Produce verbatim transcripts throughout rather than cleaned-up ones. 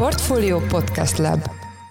Portfolio Podcast Lab.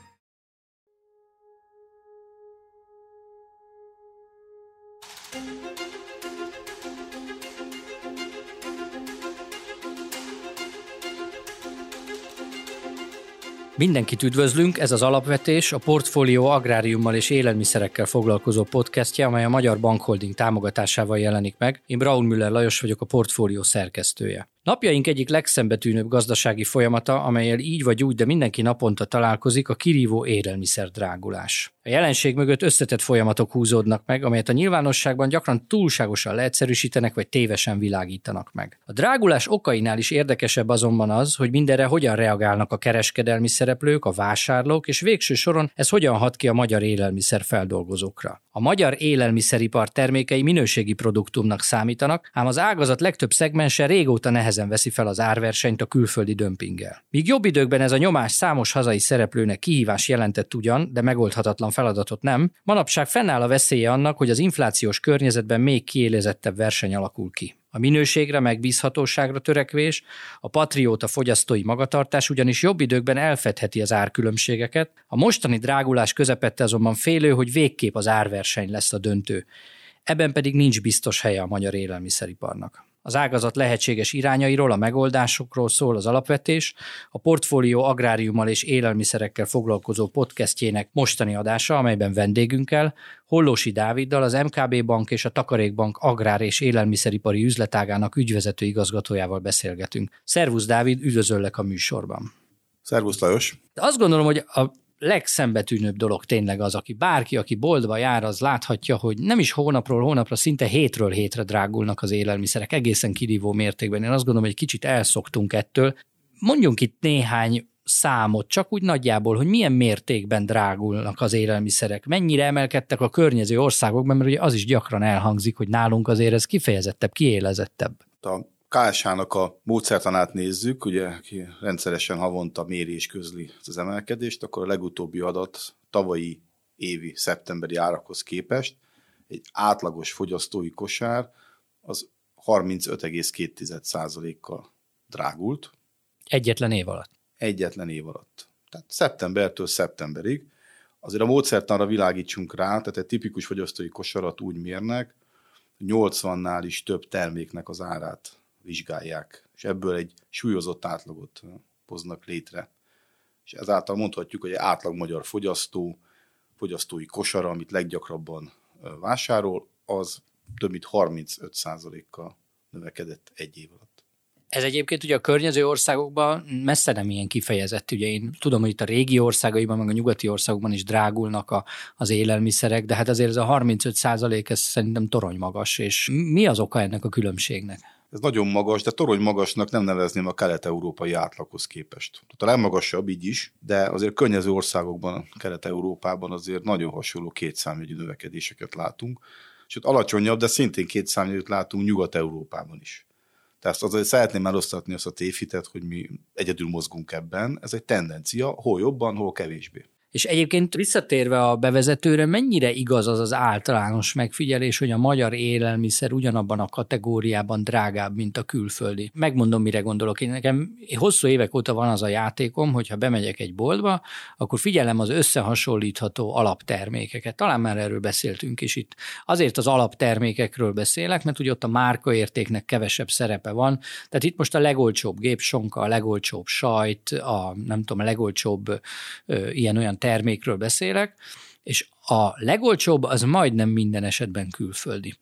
Mindenkit üdvözlünk, ez az Alapvetés, a Portfolio agráriummal és élelmiszerekkel foglalkozó podcastja, amely a Magyar Bankholding támogatásával jelenik meg. Én Braun Müller Lajos vagyok, a Portfolio szerkesztője. Napjaink egyik legszembetűnőbb gazdasági folyamata, amellyel így vagy úgy, de mindenki naponta találkozik, a kirívó élelmiszerdrágulás. A jelenség mögött összetett folyamatok húzódnak meg, amelyet a nyilvánosságban gyakran túlságosan leegyszerűsítenek vagy tévesen világítanak meg. A drágulás okainál is érdekesebb azonban az, hogy mindenre hogyan reagálnak a kereskedelmi szereplők, a vásárlók, és végső soron ez hogyan hat ki a magyar élelmiszerfeldolgozókra. A magyar élelmiszeripar termékei minőségi produktumnak számítanak, ám az ágazat legtöbb szegmense régóta nehezen veszi fel az árversenyt a külföldi dömpinggel. Míg jobb időkben ez a nyomás számos hazai szereplőnek kihívás jelentett ugyan, de megoldhatatlan feladatot nem, manapság fennáll a veszélye annak, hogy az inflációs környezetben még kiélezettebb verseny alakul ki. A minőségre, megbízhatóságra törekvés, a patrióta fogyasztói magatartás ugyanis jobb időkben elfedheti az árkülönbségeket, a mostani drágulás közepette azonban félő, hogy végképp az árverseny lesz a döntő. Ebben pedig nincs biztos helye a magyar élelmiszeriparnak. Az ágazat lehetséges irányairól, a megoldásokról szól az Alapvetés, a Portfolio agráriummal és élelmiszerekkel foglalkozó podcastjének mostani adása, amelyben vendégünkkel, Hollósy Dáviddal, az em ká bé Bank és a Takarékbank agrár- és élelmiszeripari üzletágának ügyvezető igazgatójával beszélgetünk. Szervusz Dávid, üdvözöllek a műsorban. Szervusz Lajos. Azt gondolom, hogy a legszembetűnőbb dolog tényleg az, aki bárki, aki boltba jár, az láthatja, hogy nem is hónapról hónapra, szinte hétről hétre drágulnak az élelmiszerek, egészen kirívó mértékben. Én azt gondolom, hogy kicsit elszoktunk ettől. Mondjunk itt néhány számot, csak úgy nagyjából, hogy milyen mértékben drágulnak az élelmiszerek, mennyire emelkedtek a környező országokban, mert ugye az is gyakran elhangzik, hogy nálunk azért ez kifejezettebb, kiélezettebb. A ká es há-nak a módszertanát nézzük, ugye, aki rendszeresen havonta méri és közli az emelkedést, akkor a legutóbbi adat tavalyi évi szeptemberi árakhoz képest egy átlagos fogyasztói kosár az harmincöt egész két százalékkal drágult. Egyetlen év alatt. Egyetlen év alatt. Tehát szeptembertől szeptemberig. Azért a módszertanra világítsunk rá, tehát egy tipikus fogyasztói kosarat úgy mérnek, nyolcvannál is több terméknek az árát vizsgálják, és ebből egy súlyozott átlagot hoznak létre. És ezáltal mondhatjuk, hogy egy átlag magyar fogyasztó, fogyasztói kosara, amit leggyakrabban vásárol, az több mint harmincöt százalékkal növekedett egy év alatt. Ez egyébként ugye a környező országokban messze nem ilyen kifejezett. Ugye én tudom, hogy itt a régi országaiban, meg a nyugati országokban is drágulnak a, az élelmiszerek, de hát azért ez a harmincöt százalék, ez szerintem torony magas, és mi az oka ennek a különbségnek? Ez nagyon magas, de torony magasnak nem nevezném a kelet-európai átlaghoz képest. Tehát a legmagasabb így is, de azért környező országokban, Kelet-Európában azért nagyon hasonló kétszámjegyű növekedéseket látunk, sőt alacsonyabb, de szintén kétszámjegyűt látunk Nyugat-Európában is. Tehát azért szeretném elosztatni azt a tévhitet, hogy mi egyedül mozgunk ebben. Ez egy tendencia, hol jobban, hol kevésbé. És egyébként visszatérve a bevezetőre, mennyire igaz az az általános megfigyelés, hogy a magyar élelmiszer ugyanabban a kategóriában drágább, mint a külföldi? Megmondom, mire gondolok. Én nekem hosszú évek óta van az a játékom, hogyha bemegyek egy boltba, akkor figyelem az összehasonlítható alaptermékeket. Talán már erről beszéltünk is itt. Azért az alaptermékekről beszélek, mert ugye ott a márkaértéknek kevesebb szerepe van. Tehát itt most a legolcsóbb gépsonka, a legolcsóbb sajt, a nem tudom, a legolcsóbb ö, ilyen-olyan termékről beszélek, és a legolcsóbb az majdnem minden esetben külföldi.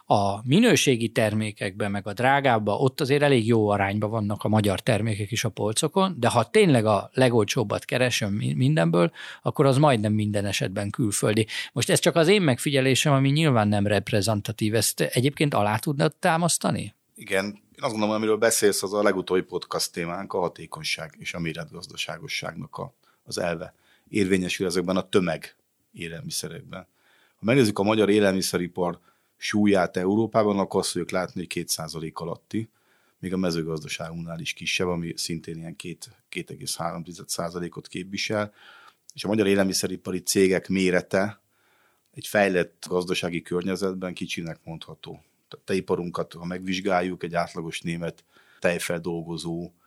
A minőségi termékekben, meg a drágábban ott azért elég jó arányban vannak a magyar termékek is a polcokon, de ha tényleg a legolcsóbbat keresem mindenből, akkor az majdnem minden esetben külföldi. Most ez csak az én megfigyelésem, ami nyilván nem reprezentatív. Ezt egyébként alá tudnád támasztani? Igen. Én azt gondolom, amiről beszélsz, az a legutóbbi podcast témánk, a hatékonyság és a méretgazdaságosságnak a, az elve. Érvényesül ezekben a tömeg élelmiszerekben. Ha megnézzük a magyar élelmiszeripar súlyát Európában, akkor azt fogjuk látni, hogy két százalék alatti, még a mezőgazdaságunknál is kisebb, ami szintén ilyen két egész három százalékot képvisel, és a magyar élelmiszeripari cégek mérete egy fejlett gazdasági környezetben kicsinek mondható. A tejiparunkat, ha megvizsgáljuk, egy átlagos német tejfeldolgozó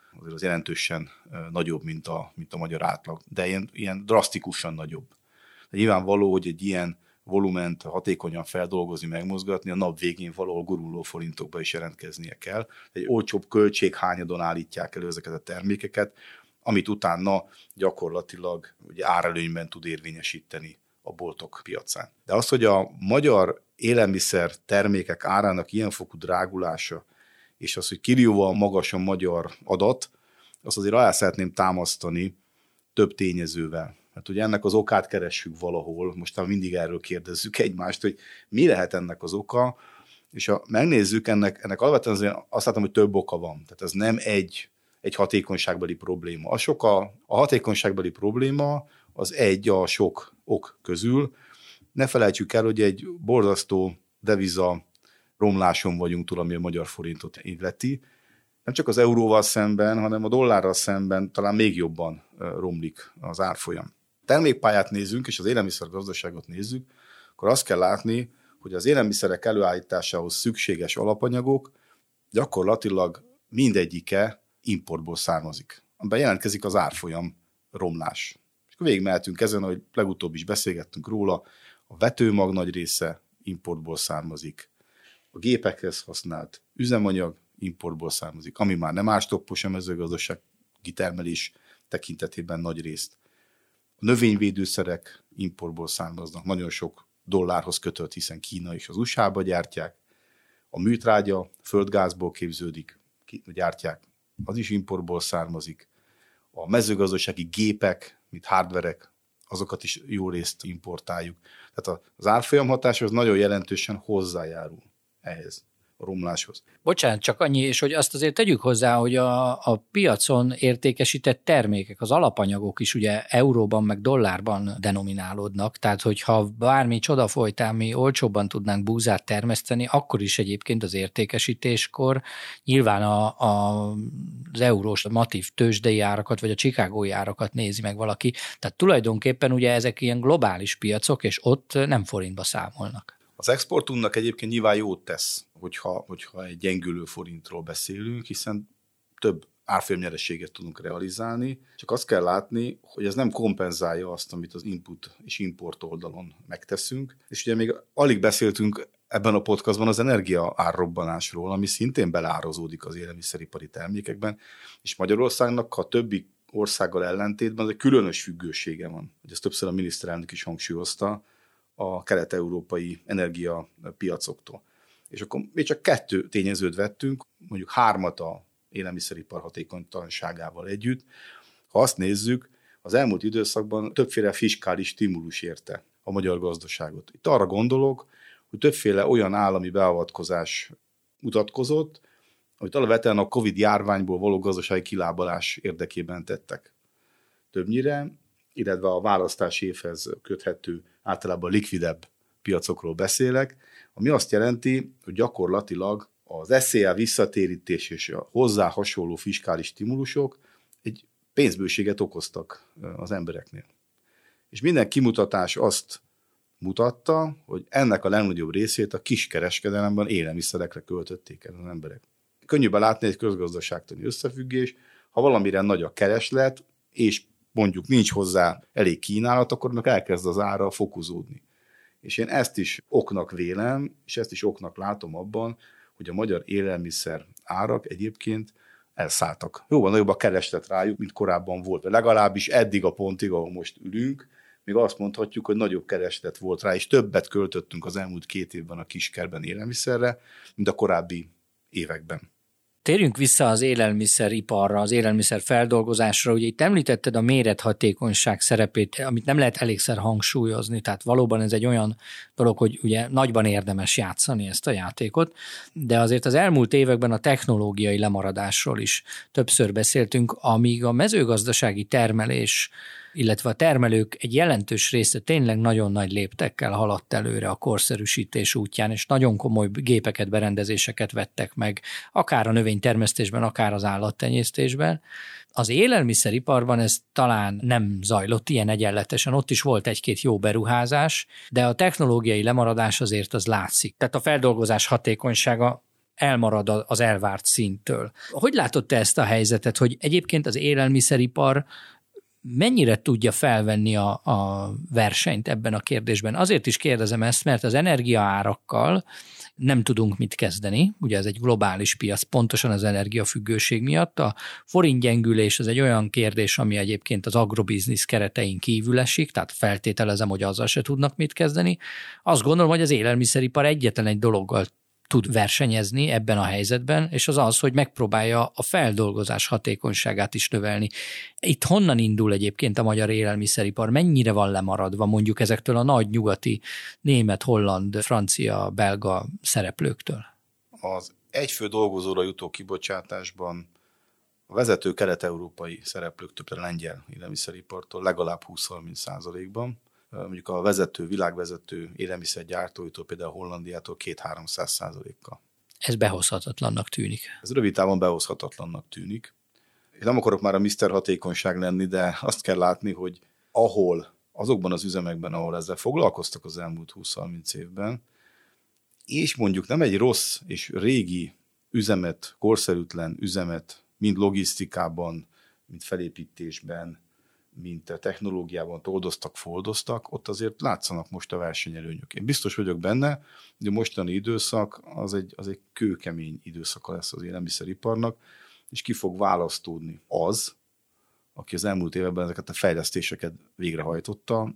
azért az jelentősen nagyobb, mint a, mint a magyar átlag, de ilyen, ilyen drasztikusan nagyobb. De nyilvánvaló, hogy egy ilyen volument hatékonyan feldolgozni, megmozgatni, a nap végén valahol guruló forintokba is jelentkeznie kell. Egy olcsóbb költséghányadon állítják elő ezeket a termékeket, amit utána gyakorlatilag ugye árelőnyben tud érvényesíteni a boltok piacán. De az, hogy a magyar élelmiszer termékek árának ilyen fokú drágulása, és az, hogy kiljóval magas a magyar adat, azt azért alá szeretném támasztani több tényezővel. Mert ugye ennek az okát keressük valahol, most mindig erről kérdezzük egymást, hogy mi lehet ennek az oka, és ha megnézzük, ennek, ennek alapvetően azért azt látom, hogy több oka van. Tehát ez nem egy, egy hatékonyságbeli probléma. A, sok a, a hatékonyságbeli probléma az egy a sok ok közül. Ne felejtsük el, hogy egy borzasztó deviza romláson vagyunk túl, ami a magyar forintot illeti. Nem csak az euróval szemben, hanem a dollárral szemben talán még jobban romlik az árfolyam. Termékpályát nézzünk, és az élelmiszergazdaságot nézzük, akkor azt kell látni, hogy az élelmiszerek előállításához szükséges alapanyagok gyakorlatilag mindegyike importból származik, amiben jelentkezik az árfolyam romlás. És akkor végigmehetünk ezen, ahogy legutóbb is beszélgettünk róla, a vetőmag nagy része importból származik, a gépekhez használt üzemanyag importból származik, ami már nem ástoppos a mezőgazdasági termelés tekintetében nagy részt. A növényvédőszerek importból származnak, nagyon sok dollárhoz kötött, hiszen Kína és az u es á-ba gyártják. A műtrágya földgázból képződik, gyártják, az is importból származik. A mezőgazdasági gépek, mint hardverek, azokat is jó részt importáljuk. Tehát az árfolyam hatás az nagyon jelentősen hozzájárul ehhez a romláshoz. Bocsánat, csak annyi, és hogy azt azért tegyük hozzá, hogy a, a piacon értékesített termékek, az alapanyagok is ugye euróban meg dollárban denominálódnak, tehát hogyha bármi csoda folytán mi olcsóbban tudnánk búzát termeszteni, akkor is egyébként az értékesítéskor nyilván a, a, az eurós a matív tőzsdei árakat, vagy a chicagói árakat nézi meg valaki. Tehát tulajdonképpen ugye ezek ilyen globális piacok, és ott nem forintba számolnak. Az exportunknak egyébként nyilván jót tesz, hogyha, hogyha egy gyengülő forintról beszélünk, hiszen több árfolyamnyereséget tudunk realizálni, csak azt kell látni, hogy ez nem kompenzálja azt, amit az input és import oldalon megteszünk. És ugye még alig beszéltünk ebben a podcastban az energia árrobbanásról, ami szintén beleározódik az élelmiszeripari termékekben, és Magyarországnak a többi országgal ellentétben az egy különös függősége van. Ugye ezt többször a miniszterelnök is hangsúlyozta, a kelet-európai energiapiacoktól. És akkor még csak kettő tényezőt vettünk, mondjuk hármat a élelmiszeripar hatékonytalanságával együtt. Ha azt nézzük, az elmúlt időszakban többféle fiskális stimulus érte a magyar gazdaságot. Itt arra gondolok, hogy többféle olyan állami beavatkozás mutatkozott, amit alapvetően a Covid járványból való gazdasági kilábalás érdekében tettek. Többnyire, illetve a választási évhez köthető általában likvidebb piacokról beszélek, ami azt jelenti, hogy gyakorlatilag az es zé á visszatérítés és a hozzá hasonló fiskális stimulusok egy pénzbőséget okoztak az embereknél. És minden kimutatás azt mutatta, hogy ennek a legnagyobb részét a kiskereskedelemben élelmiszerekre költötték el az emberek. Könnyű belátni egy közgazdaságtani összefüggés, ha valamire nagy a kereslet, és mondjuk nincs hozzá elég kínálat, akkor meg elkezd az ára fokozódni. És én ezt is oknak vélem, és ezt is oknak látom abban, hogy a magyar élelmiszer árak egyébként elszálltak. Jóval nagyobb a kereslet rájuk, mint korábban volt. Legalábbis eddig a pontig, ahol most ülünk, még azt mondhatjuk, hogy nagyobb kereslet volt rá, és többet költöttünk az elmúlt két évben a kiskerben élelmiszerre, mint a korábbi években. Térjünk vissza az élelmiszeriparra, az élelmiszer feldolgozásra. Ugye itt említetted a mérethatékonyság szerepét, amit nem lehet elégszer hangsúlyozni, tehát valóban ez egy olyan dolog, hogy ugye nagyban érdemes játszani ezt a játékot, de azért az elmúlt években a technológiai lemaradásról is többször beszéltünk, amíg a mezőgazdasági termelés, illetve a termelők egy jelentős része tényleg nagyon nagy léptekkel haladt előre a korszerűsítés útján, és nagyon komoly gépeket, berendezéseket vettek meg, akár a növénytermesztésben, akár az állattenyésztésben. Az élelmiszeriparban ez talán nem zajlott ilyen egyenletesen, ott is volt egy-két jó beruházás, de a technológiai lemaradás azért az látszik. Tehát a feldolgozás hatékonysága elmarad az elvárt szinttől. Hogy látod te ezt a helyzetet, hogy egyébként az élelmiszeripar mennyire tudja felvenni a, a versenyt ebben a kérdésben? Azért is kérdezem ezt, mert az energiaárakkal nem tudunk mit kezdeni, ugye ez egy globális piac, pontosan az energiafüggőség miatt. A forintgyengülés az egy olyan kérdés, ami egyébként az agrobiznisz keretein kívül esik, tehát feltételezem, hogy azzal se tudnak mit kezdeni. Azt gondolom, hogy az élelmiszeripar egyetlen egy dologgal tud versenyezni ebben a helyzetben, és az az, hogy megpróbálja a feldolgozás hatékonyságát is növelni. Itt honnan indul egyébként a magyar élelmiszeripar? Mennyire van lemaradva mondjuk ezektől a nagy nyugati, német, holland, francia, belga szereplőktől? Az egyfő dolgozóra jutó kibocsátásban a vezető kelet-európai szereplőktől, például lengyel élelmiszeripartól legalább húsz-harminc százalékban, mondjuk a vezető, világvezető élelmiszergyártóitól, például Hollandiától két-háromszáz százalékkal. Ez behozhatatlannak tűnik. Ez rövid távon behozhatatlannak tűnik. Én nem akarok már a miszter Hatékonyság lenni, de azt kell látni, hogy ahol, azokban az üzemekben, ahol ezzel foglalkoztak az elmúlt húsz-harminc évben, és mondjuk nem egy rossz és régi üzemet, korszerűtlen üzemet, mind logisztikában, mind felépítésben, mint a technológiában toldoztak, foldoztak, ott azért látszanak most a versenyelőnyök. Én biztos vagyok benne, hogy a mostani időszak az egy, az egy kőkemény időszaka lesz az élelmiszeriparnak, és ki fog választódni az, aki az elmúlt években ezeket a fejlesztéseket végrehajtotta,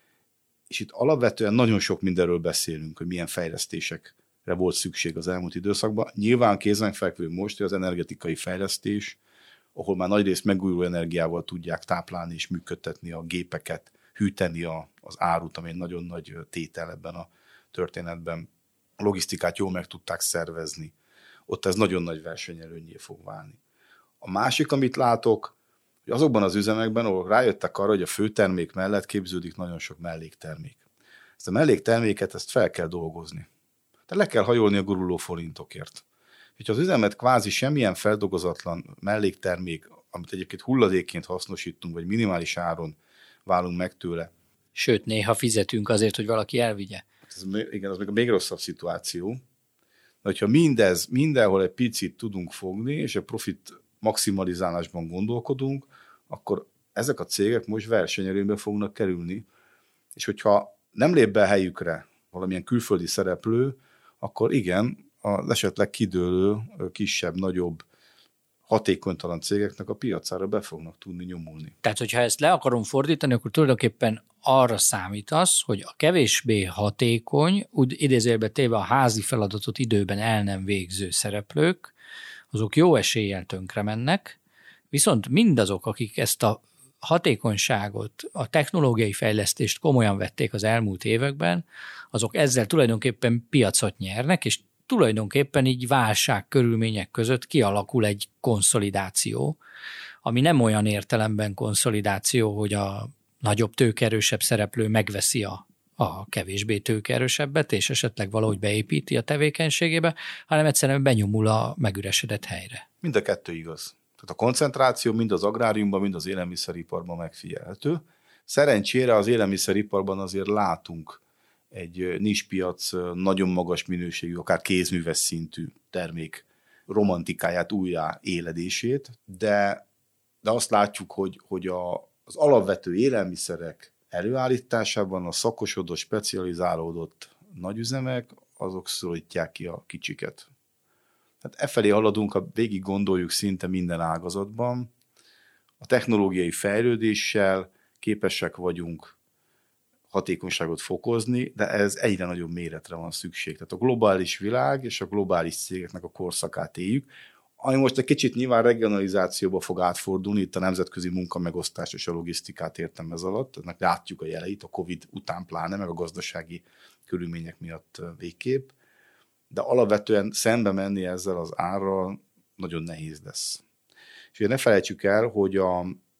és itt alapvetően nagyon sok mindenről beszélünk, hogy milyen fejlesztésekre volt szükség az elmúlt időszakban. Nyilván kézenfekvő most, hogy az energetikai fejlesztés, ahol már nagyrészt megújuló energiával tudják táplálni és működtetni a gépeket, hűteni a, az árut, ami egy nagyon nagy tétel ebben a történetben. A logisztikát jól meg tudták szervezni. Ott ez nagyon nagy versenyelőnnyé fog válni. A másik, amit látok, hogy azokban az üzemekben, ahol rájöttek arra, hogy a főtermék mellett képződik nagyon sok melléktermék. Ezt a mellékterméket ezt fel kell dolgozni. Tehát le kell hajolni a guruló forintokért. Hogyha az üzemet kvázi semmilyen feldolgozatlan melléktermék, amit egyébként hulladékként hasznosítunk, vagy minimális áron válunk meg tőle. Sőt, néha fizetünk azért, hogy valaki elvigye. Ez, igen, az még a még rosszabb szituáció. De hogyha mindez, mindenhol egy picit tudunk fogni, és a profit maximalizálásban gondolkodunk, akkor ezek a cégek most versenyelőnybe fognak kerülni, és hogyha nem lép be a helyükre valamilyen külföldi szereplő, akkor igen, az esetleg kidőlő, kisebb, nagyobb, hatékonytalan cégeknek a piacára be fognak tudni nyomulni. Tehát, hogyha ezt le akarom fordítani, akkor tulajdonképpen arra számítasz, hogy a kevésbé hatékony, úgy idézőjelbe téve a házi feladatot időben el nem végző szereplők, azok jó eséllyel tönkre mennek, viszont mindazok, akik ezt a hatékonyságot, a technológiai fejlesztést komolyan vették az elmúlt években, azok ezzel tulajdonképpen piacot nyernek, és tulajdonképpen így válság körülmények között kialakul egy konszolidáció, ami nem olyan értelemben konszolidáció, hogy a nagyobb tőkerősebb szereplő megveszi a, a kevésbé tőkerősebbet, és esetleg valahogy beépíti a tevékenységébe, hanem egyszerűen benyomul a megüresedett helyre. Mind a kettő igaz. Tehát a koncentráció mind az agráriumban, mind az élelmiszeriparban megfigyelhető. Szerencsére az élelmiszeriparban azért látunk egy nispiac nagyon magas minőségű, akár kézműves szintű termék romantikáját, újjá éledését, de, de azt látjuk, hogy, hogy a, az alapvető élelmiszerek előállításában a szakosodott, specializálódott nagyüzemek, azok szorítják ki a kicsiket. Tehát efelé haladunk, ha végig gondoljuk szinte minden ágazatban. A technológiai fejlődéssel képesek vagyunk hatékonyságot fokozni, de ez egyre nagyobb méretre van szükség. Tehát a globális világ és a globális cégeknek a korszakát éljük, ami most egy kicsit nyilván regionalizációba fog átfordulni, itt a nemzetközi munkamegosztást és a logisztikát értem ez alatt, ennek látjuk a jeleit, a Covid után pláne, meg a gazdasági körülmények miatt végképp, de alapvetően szembe menni ezzel az árral nagyon nehéz lesz. És ugye ne felejtsük el, hogy a,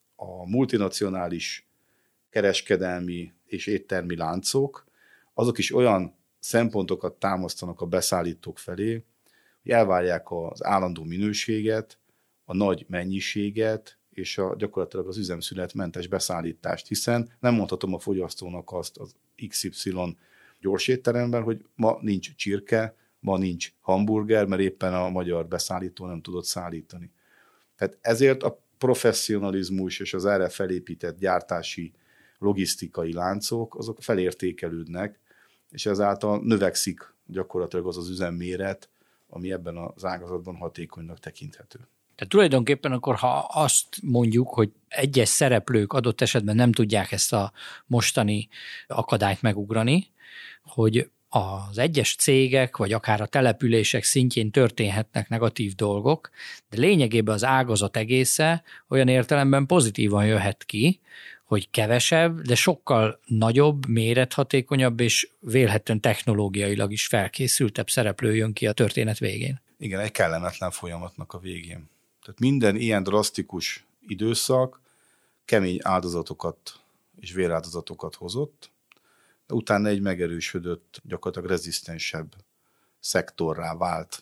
a multinacionális kereskedelmi és éttermi láncok, azok is olyan szempontokat támasztanak a beszállítók felé, hogy elvárják az állandó minőséget, a nagy mennyiséget, és a, gyakorlatilag az üzemszünetmentes beszállítást, hiszen nem mondhatom a fogyasztónak azt az iksz ipszilon gyors étteremben, hogy ma nincs csirke, ma nincs hamburger, mert éppen a magyar beszállító nem tudott szállítani. Tehát ezért a professzionalizmus és az erre felépített gyártási, logisztikai láncok, azok felértékelődnek, és ezáltal növekszik gyakorlatilag az az üzemméret, ami ebben az ágazatban hatékonynak tekinthető. Tehát tulajdonképpen akkor, ha azt mondjuk, hogy egyes szereplők adott esetben nem tudják ezt a mostani akadályt megugrani, hogy az egyes cégek, vagy akár a települések szintjén történhetnek negatív dolgok, de lényegében az ágazat egésze olyan értelemben pozitívan jöhet ki, hogy kevesebb, de sokkal nagyobb, mérethatékonyabb és vélhetően technológiailag is felkészültebb szereplő jön ki a történet végén. Igen, egy kellemetlen folyamatnak a végén. Tehát minden ilyen drasztikus időszak kemény áldozatokat és véráldozatokat hozott, de utána egy megerősödött, gyakorlatilag rezisztensebb szektorrá vált.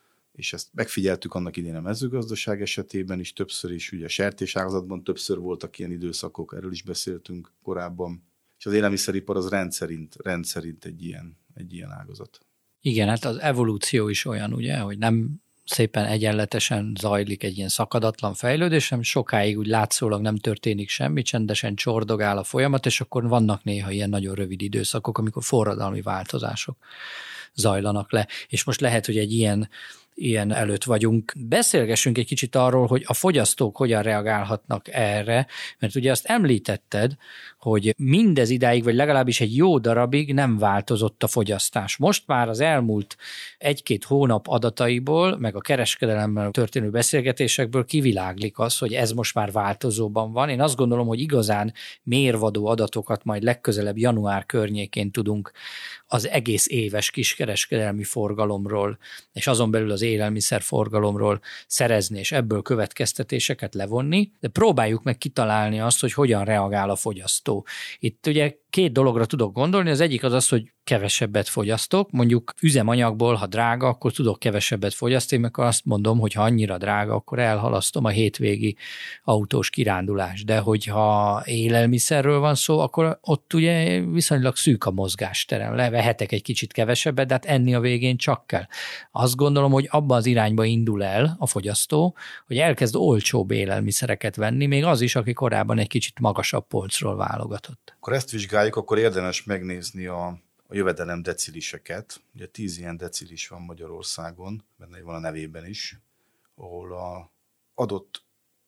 És ezt megfigyeltük annak idén a mezőgazdaság esetében is, többször is, ugye a sertéságazatban többször voltak ilyen időszakok, erről is beszéltünk korábban. És az élelmiszeripar az rendszerint, rendszerint egy ilyen, egy ilyen ágazat. Igen, hát az evolúció is olyan, ugye, hogy nem szépen egyenletesen zajlik egy ilyen szakadatlan fejlődés, hanem sokáig úgy látszólag nem történik semmi, csendesen csordogál a folyamat, és akkor vannak néha ilyen nagyon rövid időszakok, amikor forradalmi változások zajlanak le. És most lehet, hogy egy ilyen ilyen előtt vagyunk. Beszélgessünk egy kicsit arról, hogy a fogyasztók hogyan reagálhatnak erre, mert ugye azt említetted, hogy mindez idáig, vagy legalábbis egy jó darabig nem változott a fogyasztás. Most már az elmúlt egy-két hónap adataiból, meg a kereskedelemmel történő beszélgetésekből kiviláglik az, hogy ez most már változóban van. Én azt gondolom, hogy igazán mérvadó adatokat majd legközelebb január környékén tudunk az egész éves kiskereskedelmi forgalomról, és azon belül az élelmiszer forgalomról szerezni, és ebből következtetéseket levonni, de próbáljuk meg kitalálni azt, hogy hogyan reagál a fogyasztó. Itt ugye két dologra tudok gondolni, az egyik az az, hogy kevesebbet fogyasztok, mondjuk üzemanyagból, ha drága, akkor tudok kevesebbet fogyasztani, mert azt mondom, hogy ha annyira drága, akkor elhalasztom a hétvégi autós kirándulás. De hogyha élelmiszerről van szó, akkor ott ugye viszonylag szűk a mozgásterem. Levehetek egy kicsit kevesebbet, de hát enni a végén csak kell. Azt gondolom, hogy abba az irányba indul el a fogyasztó, hogy elkezd olcsóbb élelmiszereket venni, még az is, aki korábban egy kicsit magasabb polcról válogatott. Akkor ezt vizsgáljuk, akkor érdemes megnézni a, a jövedelem deciliseket. Ugye tíz ilyen decilis van Magyarországon, benne van a nevében is, ahol a adott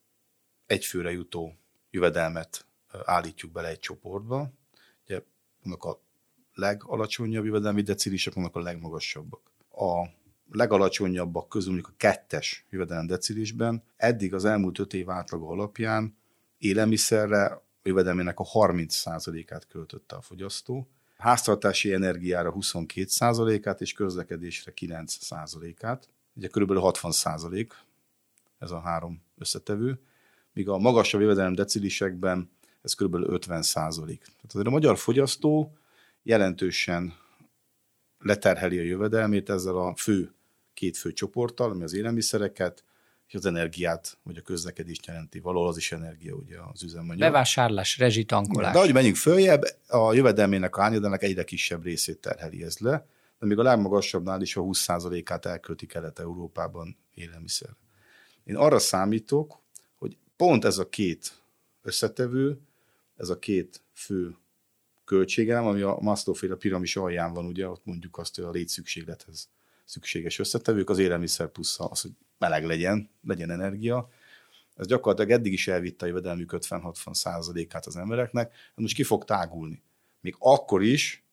egyfőre jutó jövedelmet állítjuk bele egy csoportba. Ugye vannak a legalacsonyabb jövedelmi decilisek, vannak a legmagasabbak. A legalacsonyabbak közül mondjuk a kettes jövedelem decilisben eddig az elmúlt öt év átlaga alapján élelmiszerre jövedelmének a harminc százalékát költötte a fogyasztó, háztartási energiára huszonkét százalékát és közlekedésre kilenc százalékát. Ugye körülbelül hatvan százalék ez a három összetevő, míg a magasabb jövedelem decilisekben ez körülbelül ötven százalék. Tehát azért a magyar fogyasztó jelentősen leterheli a jövedelmét ezzel a fő, két fő csoporttal, ami az élelmiszereket, és az energiát, vagy a közlekedést jelenti. Valahol az is energia, ugye az üzemanyag. Bevásárlás, rezsitankolás. De ahogy menjünk följebb, a jövedelmének a árnyadának egyre kisebb részét terheli ez le, de még a legmagasabbnál is a húsz százalékát elkölti Kelet-Európában élelmiszer. Én arra számítok, hogy pont ez a két összetevő, ez a két fő költségelem, ami a Maslow-féle piramis alján van, ugye, ott mondjuk azt, hogy a létszükséglethez szükséges összetevők, az élelmiszer plusz az, hogy meleg legyen, legyen energia. Ez gyakorlatilag eddig is elvitte a jövedelmük ötven-hatvan százalékát az embereknek, most ki fog tágulni. Még akkor is,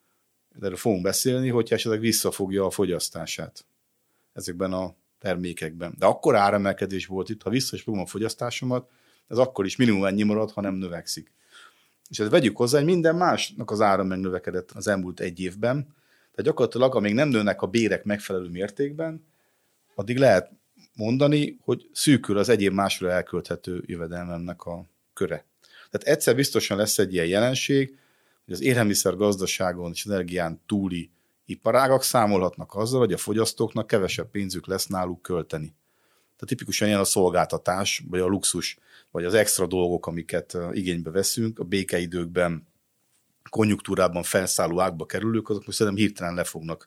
erről fogunk beszélni, hogyha esetleg visszafogja a fogyasztását ezekben a termékekben. De akkor áremelkedés volt itt, ha vissza is fogom a fogyasztásomat, ez akkor is minimum ennyi marad, ha nem növekszik. És ezt vegyük hozzá, hogy minden másnak az ára megnövekedett az elmúlt egy évben, tehát gyakorlatilag, amíg nem nőnek a bérek megfelelő mértékben, addig lehet mondani, hogy szűkül az egyéb másra elkölthető jövedelmemnek a köre. Tehát egyszer biztosan lesz egy ilyen jelenség, hogy az élelmiszer gazdaságon és energián túli iparágak számolhatnak azzal, hogy a fogyasztóknak kevesebb pénzük lesz náluk költeni. Tehát tipikusan ilyen a szolgáltatás, vagy a luxus, vagy az extra dolgok, amiket igénybe veszünk, a békeidőkben, konjunktúrában felszálló ágba kerülők, azok most szerintem hirtelen le fognak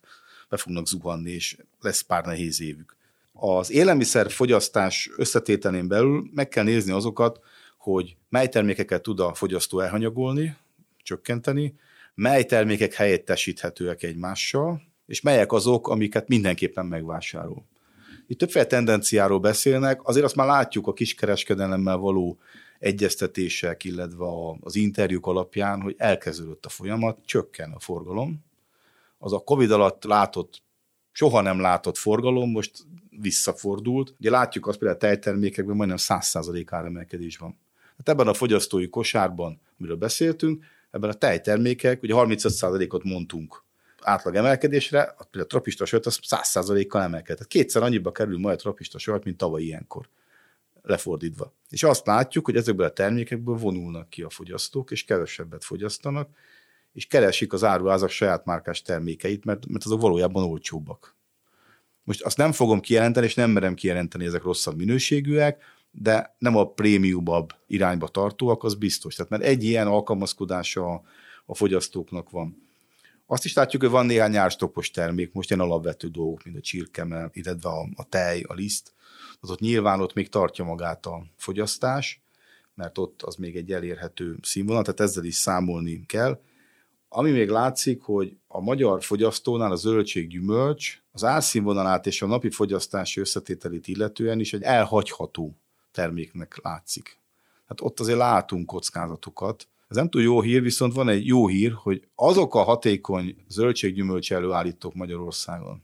be fognak zuhanni, és lesz pár nehéz évük. Az élelmiszer fogyasztás összetételén belül meg kell nézni azokat, hogy mely termékeket tud a fogyasztó elhanyagolni, csökkenteni, mely termékek helyettesíthetőek egymással, és melyek azok, amiket mindenképpen megvásárol. Itt többféle tendenciáról beszélnek, azért azt már látjuk a kiskereskedelemmel való egyeztetések, illetve az interjúk alapján, hogy elkezdődött a folyamat, csökken a forgalom. Az a Covid alatt látott, soha nem látott forgalom most visszafordult. Ugye látjuk azt például a tejtermékekben majdnem száz százalék áremelkedés van. Hát ebben a fogyasztói kosárban, amiről beszéltünk, ebben a tejtermékek, ugye harmincöt százalékot mondtunk átlag emelkedésre, például a trapista sajt az száz százalékkal emelkedett. Kétszer annyiba kerül majd a trapista sajt, mint tavaly ilyenkor, lefordítva. És azt látjuk, hogy ezekből a termékekből vonulnak ki a fogyasztók, és kevesebbet fogyasztanak, és keresik az áruházak saját márkás termékeit, mert, mert azok valójában olcsóbbak. Most azt nem fogom kijelenteni, és nem merem kijelenteni, ezek rosszabb minőségűek, de nem a prémiumabb irányba tartóak, az biztos. Tehát mert egy ilyen alkalmazkodása a, a fogyasztóknak van. Azt is látjuk, hogy van néhány árstoppos termék, most ilyen alapvető dolgok, mint a csirkemell, illetve a, a tej, a liszt. Az ott nyilván ott még tartja magát a fogyasztás, mert ott az még egy elérhető színvonal, tehát ezzel is számolni kell. Ami még látszik, hogy a magyar fogyasztónál a zöldség-gyümölcs az árszínvonalát és a napi fogyasztási összetételét illetően is egy elhagyható terméknek látszik. Hát ott azért látunk kockázatokat. Ez nem túl jó hír, viszont van egy jó hír, hogy azok a hatékony zöldség-gyümölcs előállítók Magyarországon,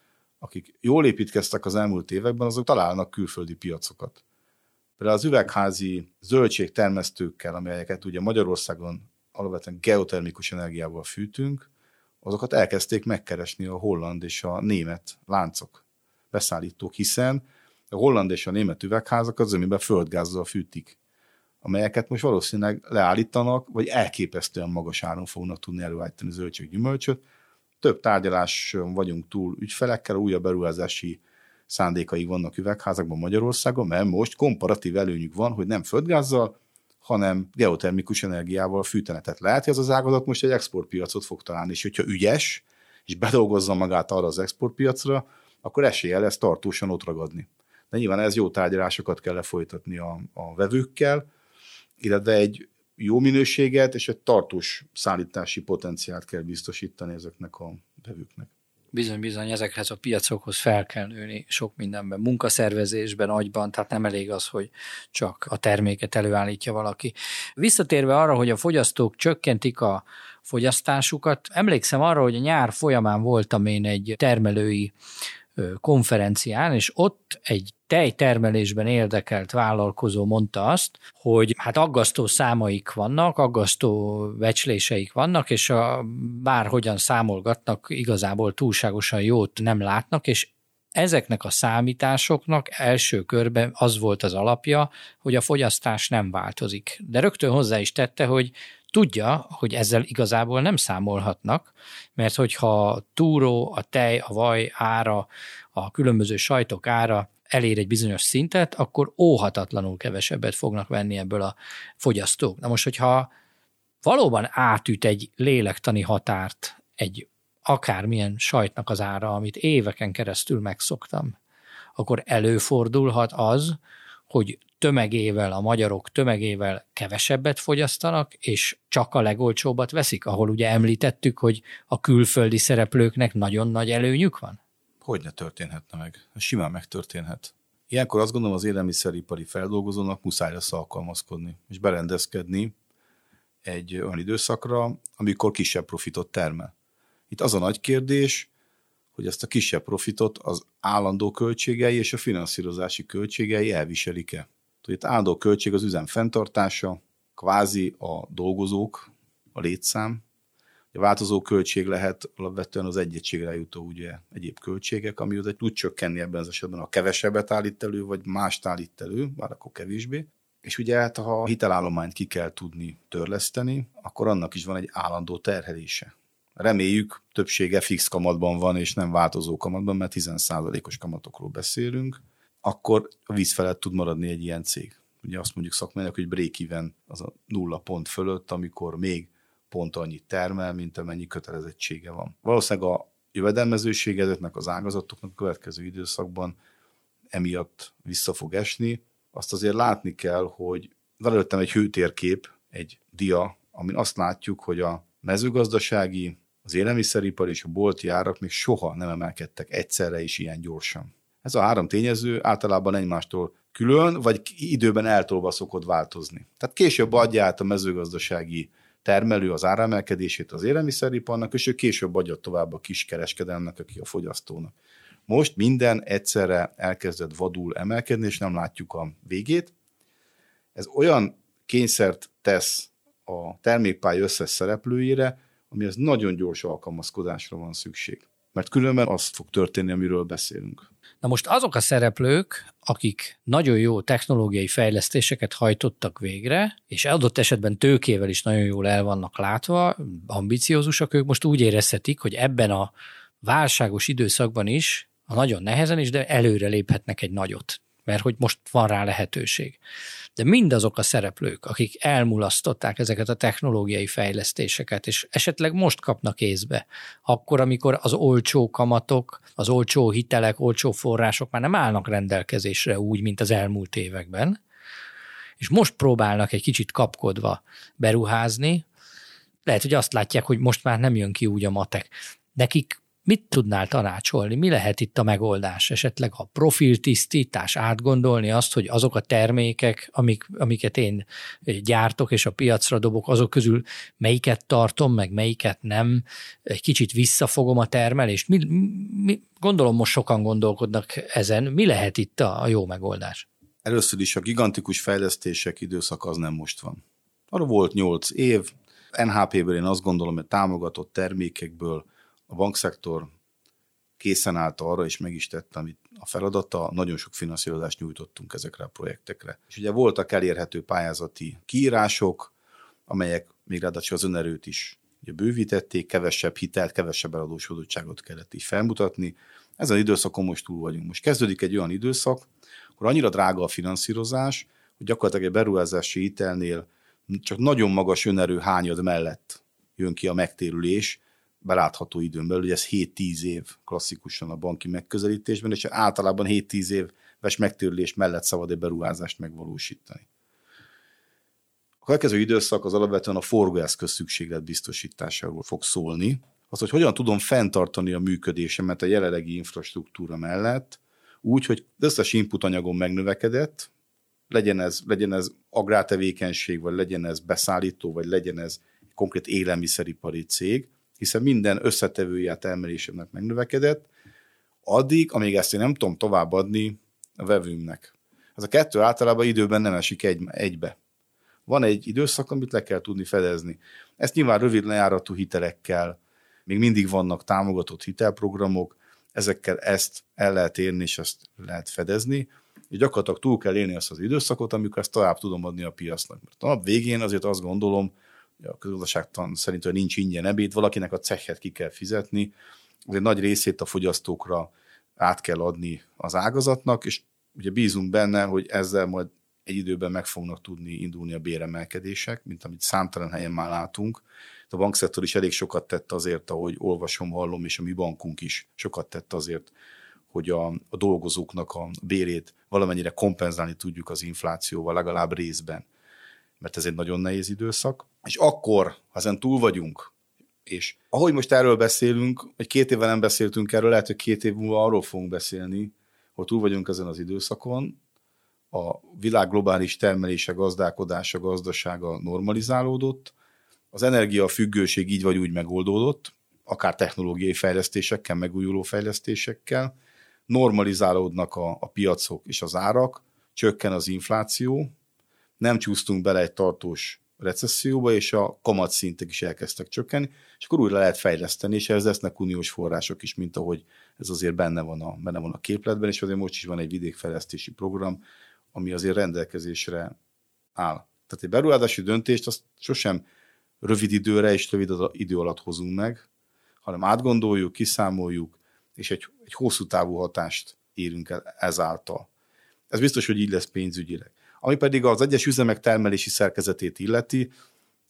akik jól építkeztek az elmúlt években, azok találnak külföldi piacokat. Például az üvegházi zöldségtermesztőkkel, amelyeket ugye Magyarországon alapvetően geotermikus energiával fűtünk, azokat elkezdték megkeresni a holland és a német láncok, beszállítók, hiszen a holland és a német üvegházak az, amiben földgázzal fűtik, amelyeket most valószínűleg leállítanak, vagy elképesztően magas áron fognak tudni előállítani zöldséggyümölcsöt. Több tárgyalás vagyunk túl ügyfelekkel, újabb beruházási szándékaik vannak üvegházakban Magyarországon, mert most komparatív előnyük van, hogy nem földgázzal, hanem geotermikus energiával fűtenek. Tehát lehet, hogy ez az ágazat most egy exportpiacot fog találni, és hogyha ügyes, és bedolgozza magát arra az exportpiacra, akkor esélye lesz tartósan ott ragadni. De nyilván ez jó tárgyalásokat kell lefolytatni a, a vevőkkel, illetve egy jó minőséget és egy tartós szállítási potenciált kell biztosítani ezeknek a vevőknek. Bizony-bizony, ezekhez a piacokhoz fel kell nőni sok mindenben, munkaszervezésben, agyban, tehát nem elég az, hogy csak a terméket előállítja valaki. Visszatérve arra, hogy a fogyasztók csökkentik a fogyasztásukat, emlékszem arra, hogy a nyár folyamán voltam én egy termelői konferencián, és ott egy tejtermelésben érdekelt vállalkozó mondta azt, hogy hát aggasztó számaik vannak, aggasztó becsléseik vannak, és a, bárhogyan számolgatnak, igazából túlságosan jót nem látnak, és ezeknek a számításoknak első körben az volt az alapja, hogy a fogyasztás nem változik. De rögtön hozzá is tette, hogy tudja, hogy ezzel igazából nem számolhatnak, mert hogyha a túró, a tej, a vaj ára, a különböző sajtok ára elér egy bizonyos szintet, akkor óhatatlanul kevesebbet fognak venni ebből a fogyasztók. Na most, hogyha valóban átüt egy lélektani határt egy akármilyen sajtnak az ára, amit éveken keresztül megszoktam, akkor előfordulhat az, hogy tömegével, a magyarok tömegével kevesebbet fogyasztanak, és csak a legolcsóbbat veszik, ahol ugye említettük, hogy a külföldi szereplőknek nagyon nagy előnyük van? Hogy ne történhetne meg? Ez simán megtörténhet. Ilyenkor azt gondolom, az élelmiszeripari feldolgozónak muszáj lesz alkalmazkodni, és berendezkedni egy olyan időszakra, amikor kisebb profitot termel. Itt az a nagy kérdés, hogy ezt a kisebb profitot az állandó költségei és a finanszírozási költségei elviselik-e. Itt állandó költség az üzem fenntartása, kvázi a dolgozók, a létszám. A változó költség lehet alapvetően az egy egységre jutó ugye, egyéb költségek, ami oda tud csökkenni ebben az esetben, ha kevesebbet állít elő, vagy mást állít elő, bár akkor kevésbé. És ugye hát, ha a hitelállományt ki kell tudni törleszteni, akkor annak is van egy állandó terhelése. Reméljük, többsége fix kamatban van, és nem változó kamatban, mert tíz százalékos kamatokról beszélünk, akkor a víz felett tud maradni egy ilyen cég. Ugye azt mondjuk szakmailag, hogy break-even az a nulla pont fölött, amikor még pont annyit termel, mint amennyi kötelezettsége van. Valószínűleg a jövedelmezőség ezeknek az ágazatoknak a következő időszakban emiatt vissza fog esni. Azt azért látni kell, hogy van előttem egy hőtérkép, egy dia, amin azt látjuk, hogy a mezőgazdasági, az élelmiszeripar és a bolti árak még soha nem emelkedtek egyszerre is ilyen gyorsan. Ez a három tényező általában egymástól külön, vagy időben eltolva szokott változni. Tehát később adja át a mezőgazdasági termelő az áremelkedését az élelmiszeriparnak, és ő később adja tovább a kiskereskedelmnek, aki a fogyasztónak. Most minden egyszerre elkezdett vadul emelkedni, és nem látjuk a végét. Ez olyan kényszert tesz a termékpálya összes szereplőjére, amihez nagyon gyors alkalmazkodásra van szükség. Mert különben az fog történni, amiről beszélünk. Na most azok a szereplők, akik nagyon jó technológiai fejlesztéseket hajtottak végre, és adott esetben tőkével is nagyon jól el vannak látva, ambiciózusak, ők most úgy érezhetik, hogy ebben a válságos időszakban is, a nagyon nehezen is, de előre léphetnek egy nagyot, mert hogy most van rá lehetőség. De mindazok a szereplők, akik elmulasztották ezeket a technológiai fejlesztéseket, és esetleg most kapnak észbe, akkor, amikor az olcsó kamatok, az olcsó hitelek, olcsó források már nem állnak rendelkezésre úgy, mint az elmúlt években, és most próbálnak egy kicsit kapkodva beruházni, lehet, hogy azt látják, hogy most már nem jön ki úgy a matek. Nekik mit tudnál tanácsolni? Mi lehet itt a megoldás? Esetleg a profiltisztítás, átgondolni azt, hogy azok a termékek, amik, amiket én gyártok és a piacra dobok, azok közül melyiket tartom, meg melyiket nem, egy kicsit visszafogom a termelést. Mi, mi, gondolom most sokan gondolkodnak ezen. Mi lehet itt a, a jó megoldás? Először is a gigantikus fejlesztések időszaka az nem most van. Arra volt nyolc év, en há pé-ből én azt gondolom, hogy támogatott termékekből a bankszektor készen állt arra, és meg is tette, amit a feladata, nagyon sok finanszírozást nyújtottunk ezekre a projektekre. És ugye voltak elérhető pályázati kiírások, amelyek még ráadásul az önerőt is ugye bővítették, kevesebb hitelt, kevesebb eladósodottságot kellett így felmutatni. Ezen időszakon most túl vagyunk. Most kezdődik egy olyan időszak, akkor annyira drága a finanszírozás, hogy gyakorlatilag egy beruházási hitelnél csak nagyon magas önerő hányad mellett jön ki a megtérülés, belátható időn belül, hogy ez hét-tíz év klasszikusan a banki megközelítésben, és általában hét-tíz éves megtérülés mellett szabad egy beruházást megvalósítani. A következő időszak az alapvetően a forgóeszköz szükséglet biztosításáról fog szólni. Az, hogy hogyan tudom fenntartani a működésemet a jelenlegi infrastruktúra mellett, úgy, hogy az összes input anyagon megnövekedett, legyen ez, legyen ez agrártevékenység, vagy legyen ez beszállító, vagy legyen ez konkrét élelmiszeripari cég, hiszen minden összetevője a termelésemnek megnövekedett, addig, amíg ezt én nem tudom továbbadni a vevőmnek. Ez a kettő általában időben nem esik egy, egybe. Van egy időszak, amit le kell tudni fedezni. Ezt nyilván rövid lejáratú hitelekkel, még mindig vannak támogatott hitelprogramok, ezekkel ezt el lehet érni, és ezt lehet fedezni, és gyakorlatilag túl kell élni azt az időszakot, amikor ezt tovább tudom adni a piacnak. Mert a nap végén azért azt gondolom, a közgazdaságtan szerint, hogy nincs ingyen ebéd, valakinek a cechet ki kell fizetni, azért nagy részét a fogyasztókra át kell adni az ágazatnak, és ugye bízunk benne, hogy ezzel majd egy időben meg fognak tudni indulni a béremelkedések, mint amit számtalan helyen már látunk. A bankszektor is elég sokat tett azért, ahogy olvasom, hallom, és a mi bankunk is sokat tett azért, hogy a, a dolgozóknak a bérét valamennyire kompenzálni tudjuk az inflációval, legalább részben, mert ez egy nagyon nehéz időszak. És akkor, ha ezen túl vagyunk, és ahogy most erről beszélünk, vagy két évvel nem beszéltünk erről, lehet, hogy két év múlva arról fogunk beszélni, hogy túl vagyunk ezen az időszakon, a világ globális termelése, gazdálkodása, gazdasága normalizálódott, az energiafüggőség így vagy úgy megoldódott, akár technológiai fejlesztésekkel, megújuló fejlesztésekkel, normalizálódnak a, a piacok és az árak, csökken az infláció, nem csúsztunk bele egy tartós recesszióba, és a kamatszintek is elkezdtek csökkenni, és akkor újra lehet fejleszteni, és ehhez lesznek uniós források is, mint ahogy ez azért benne van a, benne van a képletben, és azért most is van egy vidékfejlesztési program, ami azért rendelkezésre áll. Tehát egy beruházási döntést azt sosem rövid időre és rövid idő alatt hozunk meg, hanem átgondoljuk, kiszámoljuk, és egy, egy hosszú távú hatást érünk el ezáltal. Ez biztos, hogy így lesz pénzügyileg. Ami pedig az egyes üzemek termelési szerkezetét illeti,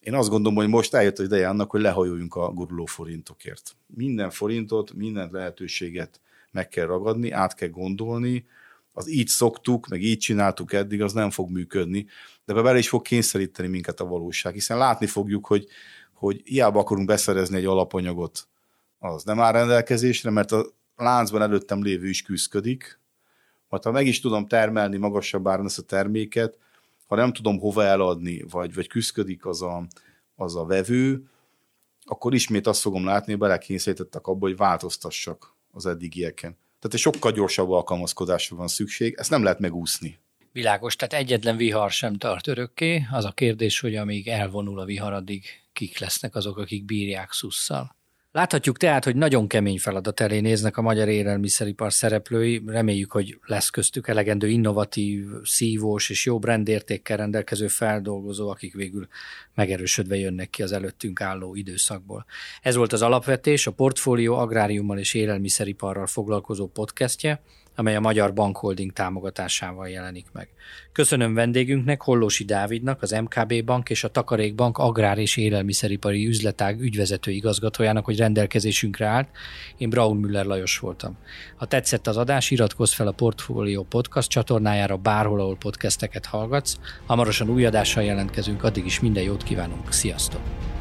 Én azt gondolom, hogy most eljött az ideje annak, hogy lehajoljunk a guruló forintokért. Minden forintot, minden lehetőséget meg kell ragadni, át kell gondolni, az így szoktuk, meg így csináltuk eddig, az nem fog működni, de bele is fog kényszeríteni minket a valóság, hiszen látni fogjuk, hogy, hogy hiába akarunk beszerezni egy alapanyagot, az nem áll rendelkezésre, mert a láncban előttem lévő is küszködik, majd ha meg is tudom termelni magasabb áron ezt a terméket, ha nem tudom hova eladni, vagy, vagy küszködik az a, az a vevő, akkor ismét azt fogom látni, hogy belekényszerítettek abba, hogy változtassak az eddigieken. Tehát egy sokkal gyorsabb alkalmazkodásra van szükség, ezt nem lehet megúszni. Világos, tehát egyetlen vihar sem tart örökké. Az a kérdés, hogy amíg elvonul a vihar, addig kik lesznek azok, akik bírják szusszal. Láthatjuk tehát, hogy nagyon kemény feladat elé néznek a magyar élelmiszeripar szereplői. Reméljük, hogy lesz köztük elegendő innovatív, szívós és jó brandértékkel rendelkező feldolgozó, akik végül megerősödve jönnek ki az előttünk álló időszakból. Ez volt az Alapvetés, a Portfólió agráriummal és élelmiszeriparral foglalkozó podcastje, amely a Magyar Bankholding támogatásával jelenik meg. Köszönöm vendégünknek, Hollósy Dávidnak, az em ká bé Bank és a Takarékbank agrár- és élelmiszeripari üzletág ügyvezető igazgatójának, hogy rendelkezésünkre állt. Én Braun Müller Lajos voltam. Ha tetszett az adás, iratkozz fel a Portfólió podcast csatornájára bárhol, ahol podcasteket hallgatsz. Hamarosan új adással jelentkezünk, addig is minden jót kívánunk. Sziasztok!